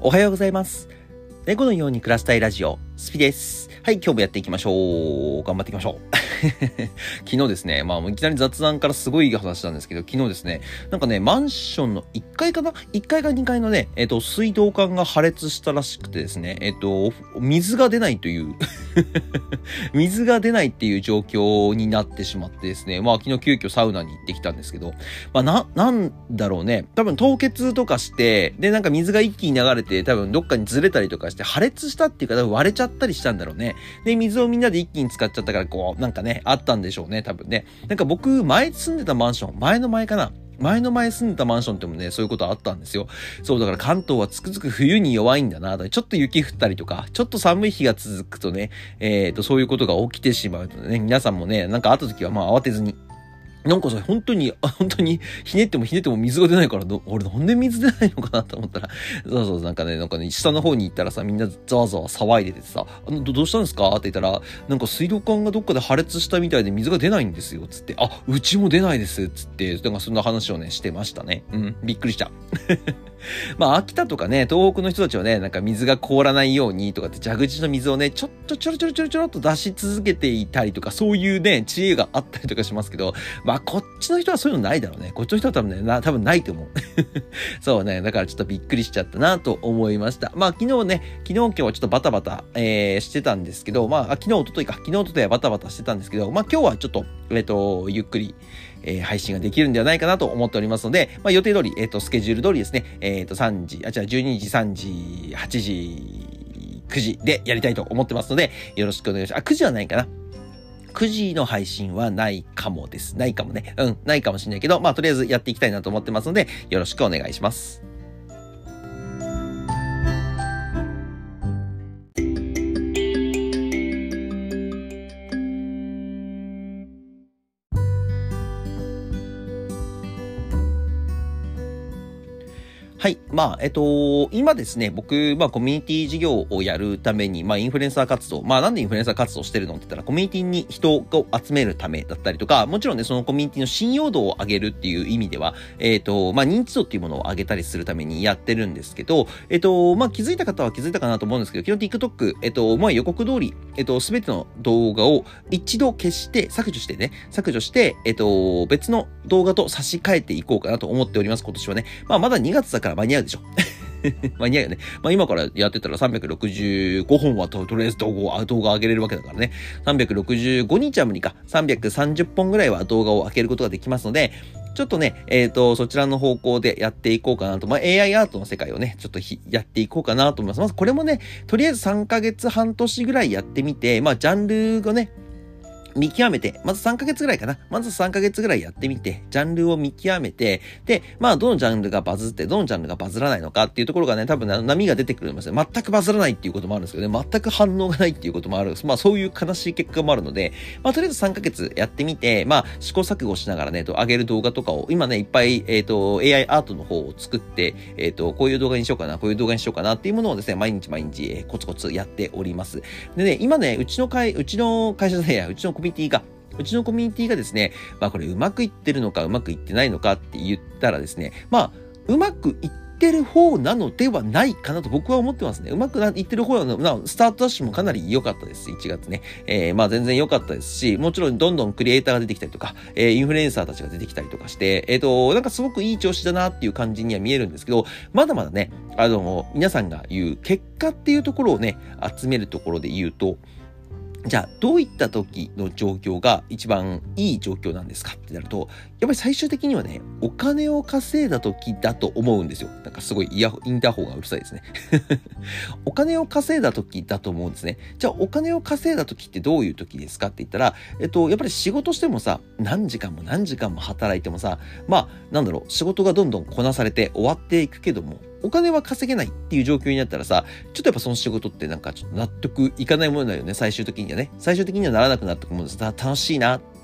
おはようございます。猫のように暮らしたいラジオ、スピです。はい、今日もやっていきましょう。頑張っていきましょう。昨日ですね、もういきなり雑談からすごい話なんですけど、昨日ですね、なんかね、マンションの1階かな ?1 階か2階のね、水道管が破裂したらしくてですね、水が出ないという水が出ないっていう状況になってしまってですね、昨日急遽サウナに行ってきたんですけど、なんだろうね、多分凍結とかして、で、なんか水が一気に流れて、多分どっかにずれたりとかして破裂したっていうか、多分割れちゃったりしたんだろうね。で、水をみんなで一気に使っちゃったから、こう、なんかね、あったんでしょうね、多分ね。なんか僕、前住んでたマンション、前の前住んでたマンションってもね、そういうことあったんですよ。そう、だから関東はつくづく冬に弱いんだな。ちょっと雪降ったりとか、ちょっと寒い日が続くとね、そういうことが起きてしまうのでね、皆さんもね、なんかあった時は慌てずに、なんかさ、本当に、ひねっても水が出ないから、俺なんで水出ないのかなと思ったら、そう、なんかね、下の方に行ったらさ、みんなざわざわ騒いでてさ、どうしたんですかって言ったら、なんか水道管がどっかで破裂したみたいで水が出ないんですよ、つって、うちも出ないです、つって、なんかそんな話をね、してましたね。びっくりした。秋田とかね、東北の人たちはね、なんか水が凍らないようにとかって蛇口の水をね、ちょろっと出し続けていたりとか、そういうね、知恵があったりとかしますけど、こっちの人はそういうのないだろうね。こっちの人は多分ないと思う。そうね、だからちょっとびっくりしちゃったなと思いました。昨日今日はちょっとバタバタ、してたんですけど、昨日、一昨日はバタバタしてたんですけど、今日はちょっと、ゆっくり、配信ができるんではないかなと思っておりますので、予定通り、スケジュール通りですね、12時、3時、8時、9時でやりたいと思ってますので、よろしくお願いします。9時はないかな。9時の配信はないかもです。ないかもね。ないかもしれないけど、とりあえずやっていきたいなと思ってますので、よろしくお願いします。はい。今ですね、僕、コミュニティ事業をやるために、インフルエンサー活動、なんでインフルエンサー活動してるのって言ったら、コミュニティに人を集めるためだったりとか、もちろんね、そのコミュニティの信用度を上げるっていう意味では、認知度っていうものを上げたりするためにやってるんですけど、気づいた方は気づいたかなと思うんですけど、昨日 TikTok、予告通り、すべての動画を一度消して、削除して、別の動画と差し替えていこうかなと思っております、今年はね。まだ2月だから間に合うでしょ。間に合うよね。今からやってたら365本はとりあえず動画上げれるわけだからね。365日は無理か。330本ぐらいは動画を上げることができますので、ちょっとね、そちらの方向でやっていこうかなと。AI アートの世界をね、ちょっとやっていこうかなと思います。まずこれもね、とりあえず3ヶ月半年ぐらいやってみて、ジャンルがね、見極めて、まず3ヶ月ぐらいかな。まず3ヶ月ぐらいやってみて、ジャンルを見極めて、で、どのジャンルがバズって、どのジャンルがバズらないのかっていうところがね、多分波が出てくるんですよ。全くバズらないっていうこともあるんですけどね、全く反応がないっていうこともある。そういう悲しい結果もあるので、とりあえず3ヶ月やってみて、試行錯誤しながらね、上げる動画とかを、今ね、いっぱい、AI アートの方を作って、こういう動画にしようかな、こういう動画にしようかなっていうものをですね、毎日、コツコツやっております。でね、今ね、うちの会社でうちのコミュニティがですね、これうまくいってるのかうまくいってないのかって言ったらですね、うまくいってる方なのではないかなと僕は思ってますね。うまくいってる方なの、スタートダッシュもかなり良かったです。1月ね。全然良かったですし、もちろんどんどんクリエイターが出てきたりとか、インフルエンサーたちが出てきたりとかして、なんかすごくいい調子だなっていう感じには見えるんですけど、まだまだね、皆さんが言う結果っていうところをね、集めるところで言うと、じゃあ、どういった時の状況が一番いい状況なんですかってなると、やっぱり最終的にはね、お金を稼いだ時だと思うんですよ。なんかすごいインターホンがうるさいですね。お金を稼いだ時だと思うんですね。じゃあ、お金を稼いだ時ってどういう時ですかって言ったら、やっぱり仕事してもさ、何時間も働いてもさ、仕事がどんどんこなされて終わっていくけども、お金は稼げないっていう状況になったらさ、ちょっとやっぱその仕事ってなんかちょっと納得いかないものだよね、最終的にはならなくなってくるものです。楽しいな、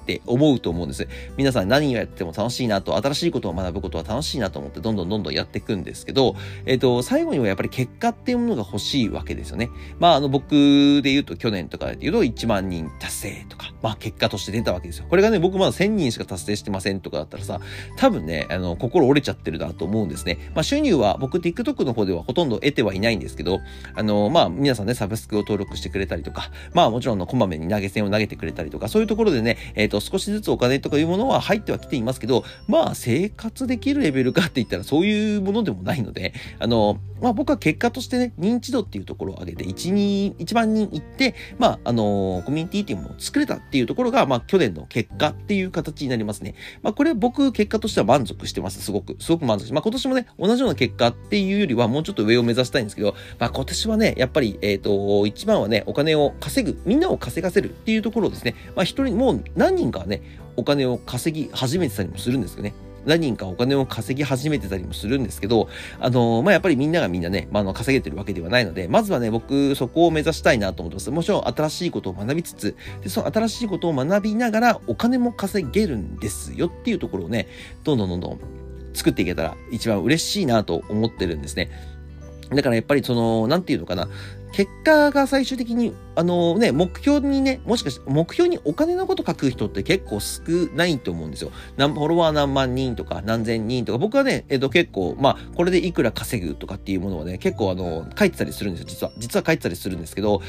って思うと思うんです。皆さん何をやっても楽しいなと、新しいことを学ぶことは楽しいなと思ってどんどんやっていくんですけど、最後にはやっぱり結果っていうものが欲しいわけですよね。僕で言うと去年とかで言うと1万人達成とか、結果として出たわけですよ。これがね、僕まだ1000人しか達成してませんとかだったらさ、多分ね、心折れちゃってるなと思うんですね。収入は僕 TikTok の方ではほとんど得てはいないんですけど、皆さんね、サブスクを登録してくれたりとか、もちろんこまめに投げ銭を投げてくれたりとか、そういうところでね、少しずつお金とかいうものは入ってはきていますけど、生活できるレベルかって言ったらそういうものでもないので、僕は結果としてね、認知度っていうところを上げて、1万人いって、コミュニティっていうものを作れたっていうところが、去年の結果っていう形になりますね。これ僕、結果としては満足してます。すごく満足して。今年もね、同じような結果っていうよりは、もうちょっと上を目指したいんですけど、今年はね、やっぱり、一番はね、お金を稼ぐ、みんなを稼がせるっていうところですね。一人、もう何人かはね、お金を稼ぎ始めてたりもするんですよね。何人かお金を稼ぎ始めてたりもするんですけど、やっぱりみんながみんなね、稼げてるわけではないので、まずはね、僕、そこを目指したいなと思ってます。もちろん、新しいことを学びつつ、で、その新しいことを学びながら、お金も稼げるんですよっていうところをね、どんどん作っていけたら一番嬉しいなと思ってるんですね。だからやっぱりなんていうのかな。結果が最終的に、目標にね、もしかして、目標にお金のこと書く人って結構少ないと思うんですよ。フォロワー何万人とか何千人とか、僕はね、結構、これでいくら稼ぐとかっていうものをね、結構書いてたりするんですよ、実は書いてたりするんですけど、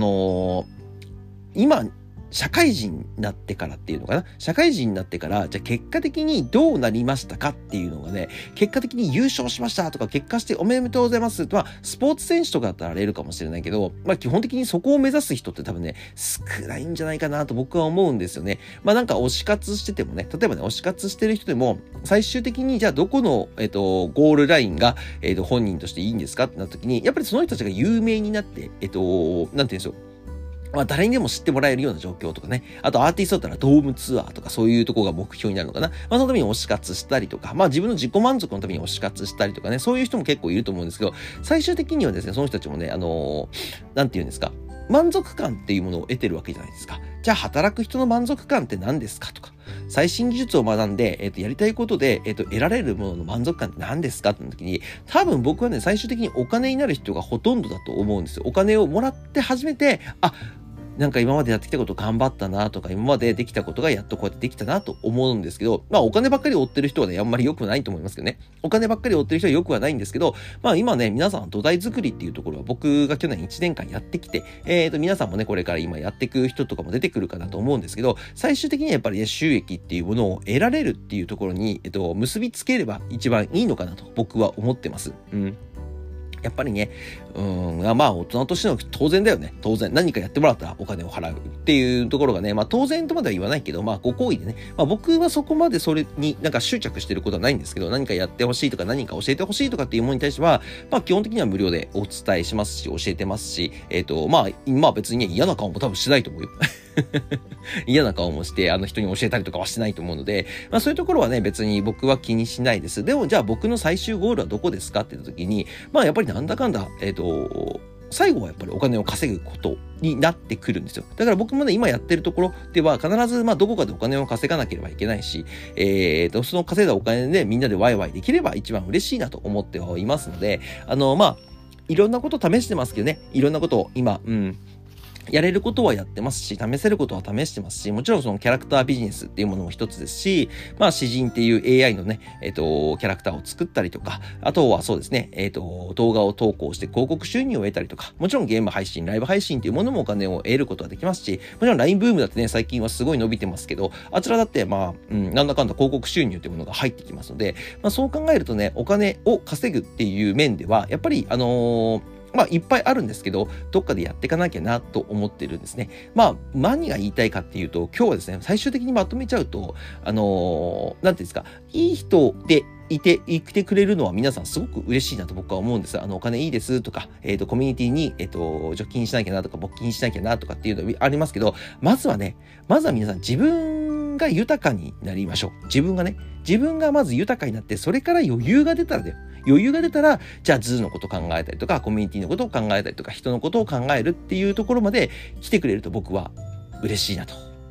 今、社会人になってからっていうのかな。社会人になってから、じゃあ結果的にどうなりましたかっていうのがね、結果的に優勝しましたとか、結果しておめでとうございますとは、スポーツ選手とかだったらあれるかもしれないけど、基本的にそこを目指す人って多分ね、少ないんじゃないかなと僕は思うんですよね。なんか推し活しててもね、例えばね、推し活してる人でも、最終的にじゃあどこの、ゴールラインが、本人としていいんですかってなった時に、やっぱりその人たちが有名になって、なんて言うんでしょう。誰にでも知ってもらえるような状況とかね。あとアーティストだったらドームツアーとかそういうところが目標になるのかな。そのために推し活したりとか、自分の自己満足のために推し活したりとかね。そういう人も結構いると思うんですけど、最終的にはですね、その人たちもね、なんて言うんですか。満足感っていうものを得てるわけじゃないですか。じゃあ働く人の満足感って何ですかとか。最新技術を学んで、やりたいことで、得られるものの満足感って何ですかって時に、多分僕はね、最終的にお金になる人がほとんどだと思うんですよ。お金をもらって初めて、なんか今までやってきたこと頑張ったなとか、今までできたことがやっとこうやってできたなと思うんですけど、お金ばっかり追ってる人はね、あんまり良くないと思いますけどね。お金ばっかり追ってる人は良くはないんですけど、今ね、皆さん土台作りっていうところは僕が去年1年間やってきて、皆さんもね、これから今やっていく人とかも出てくるかなと思うんですけど、最終的にはやっぱりね、収益っていうものを得られるっていうところに、結びつければ一番いいのかなと僕は思ってます。やっぱりね、大人としての当然だよね。当然。何かやってもらったらお金を払うっていうところがね、当然とまでは言わないけど、ご好意でね。僕はそこまでそれになんか執着してることはないんですけど、何かやってほしいとか何か教えてほしいとかっていうものに対しては、基本的には無料でお伝えしますし、教えてますし、別にね、嫌な顔も多分しないと思うよ。嫌な顔もして、人に教えたりとかはしてないと思うので、そういうところはね、別に僕は気にしないです。でも、じゃあ僕の最終ゴールはどこですかって言った時に、やっぱりなんだかんだ、最後はやっぱりお金を稼ぐことになってくるんですよ。だから僕もね、今やってるところでは必ず、どこかでお金を稼がなければいけないし、その稼いだお金でみんなでワイワイできれば一番嬉しいなと思ってはいますので、いろんなこと試してますけどね、いろんなことを今、やれることはやってますし、試せることは試してますし、もちろんそのキャラクタービジネスっていうものも一つですし、詩人っていう AI のね、キャラクターを作ったりとか、あとはそうですね、動画を投稿して広告収入を得たりとか、もちろんゲーム配信、ライブ配信っていうものもお金を得ることができますし、もちろん LINE ブームだってね、最近はすごい伸びてますけど、あちらだってなんだかんだ広告収入っていうものが入ってきますので、そう考えるとね、お金を稼ぐっていう面では、やっぱりいっぱいあるんですけど、どっかでやっていかなきゃなと思ってるんですね。何が言いたいかっていうと、今日はですね、最終的にまとめちゃうと、なんていうんですか、いい人でいてくれるのは皆さんすごく嬉しいなと僕は思うんです。お金いいですとか、コミュニティに、除菌しなきゃなとか、募金しなきゃなとかっていうのありますけど、まずは皆さん自分が豊かになりましょう。自分がまず豊かになって、それから余裕が出たらだよ。余裕が出たら、じゃあズーのことを考えたりとか、コミュニティのことを考えたりとか、人のことを考えるっていうところまで来てくれると僕は嬉しいなと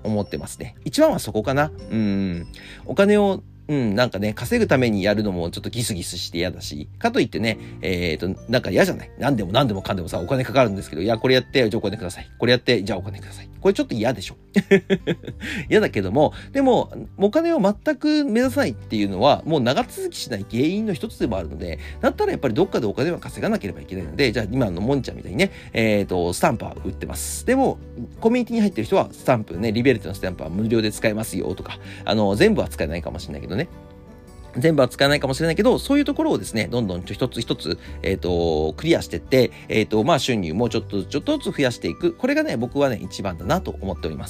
思ってますね。一番はそこかな。お金をなんかね、稼ぐためにやるのもちょっとギスギスして嫌だし、かといってね、なんか嫌じゃない。何でもかんでもさ、お金かかるんですけど、いや、これやって、じゃあお金ください。これやって、じゃあお金ください。これちょっと嫌でしょ。嫌だけども、でも、お金を全く目指さないっていうのは、もう長続きしない原因の一つでもあるので、だったらやっぱりどっかでお金は稼がなければいけないので、じゃあ今のもんちゃんみたいにね、スタンプは売ってます。でも、コミュニティに入ってる人は、スタンプね、リベルテのスタンプは無料で使えますよとか、全部は使えないかもしれないけどね。全部は使えないかもしれないけど、そういうところをですね、どんどん一つ一つ、クリアしていって、収入もちょっとずつ増やしていく。これがね、僕はね、一番だなと思っております。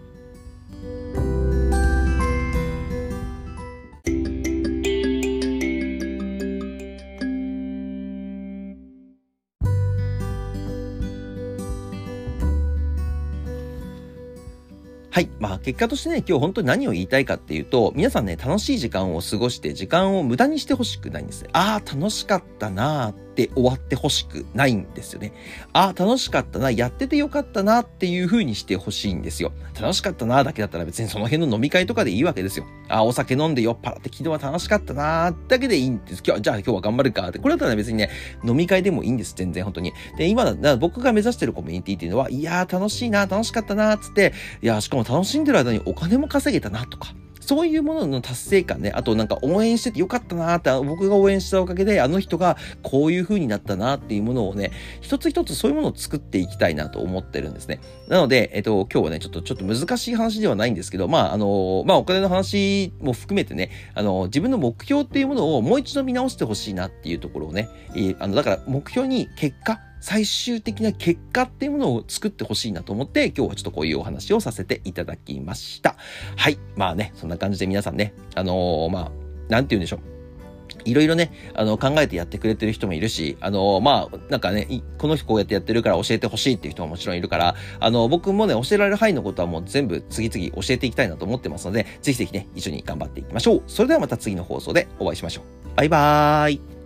はい。結果としてね、今日本当に何を言いたいかっていうと、皆さんね、楽しい時間を過ごして、時間を無駄にしてほしくないんですね。楽しかったなーって終わってほしくないんですよね。楽しかったな、やっててよかったなっていう風にしてほしいんですよ。楽しかったなだけだったら別にその辺の飲み会とかでいいわけですよ。お酒飲んで酔っ払って昨日は楽しかったなだけでいいんです。じゃあ今日は頑張るかって。これだったら別にね、飲み会でもいいんです。全然本当に。で、今僕が目指してるコミュニティっていうのは、いやー楽しいな、楽しかったなつって、いやしかも楽しんでる間にお金も稼げたなとか、そういうものの達成感ね、あとなんか応援しててよかったなーって、僕が応援したおかげであの人がこういう風になったなっていうものをね、一つ一つそういうものを作っていきたいなと思ってるんですね。なので、今日はね、ちょっと難しい話ではないんですけど、お金の話も含めてね、自分の目標っていうものをもう一度見直してほしいなっていうところをね、だから目標に最終的な結果っていうものを作ってほしいなと思って、今日はちょっとこういうお話をさせていただきました。はい。そんな感じで皆さんね、なんて言うんでしょう。いろいろね、考えてやってくれてる人もいるし、なんかね、この人こうやってやってるから教えてほしいっていう人ももちろんいるから、僕もね、教えられる範囲のことはもう全部次々教えていきたいなと思ってますので、ぜひぜひね、一緒に頑張っていきましょう。それではまた次の放送でお会いしましょう。バイバーイ。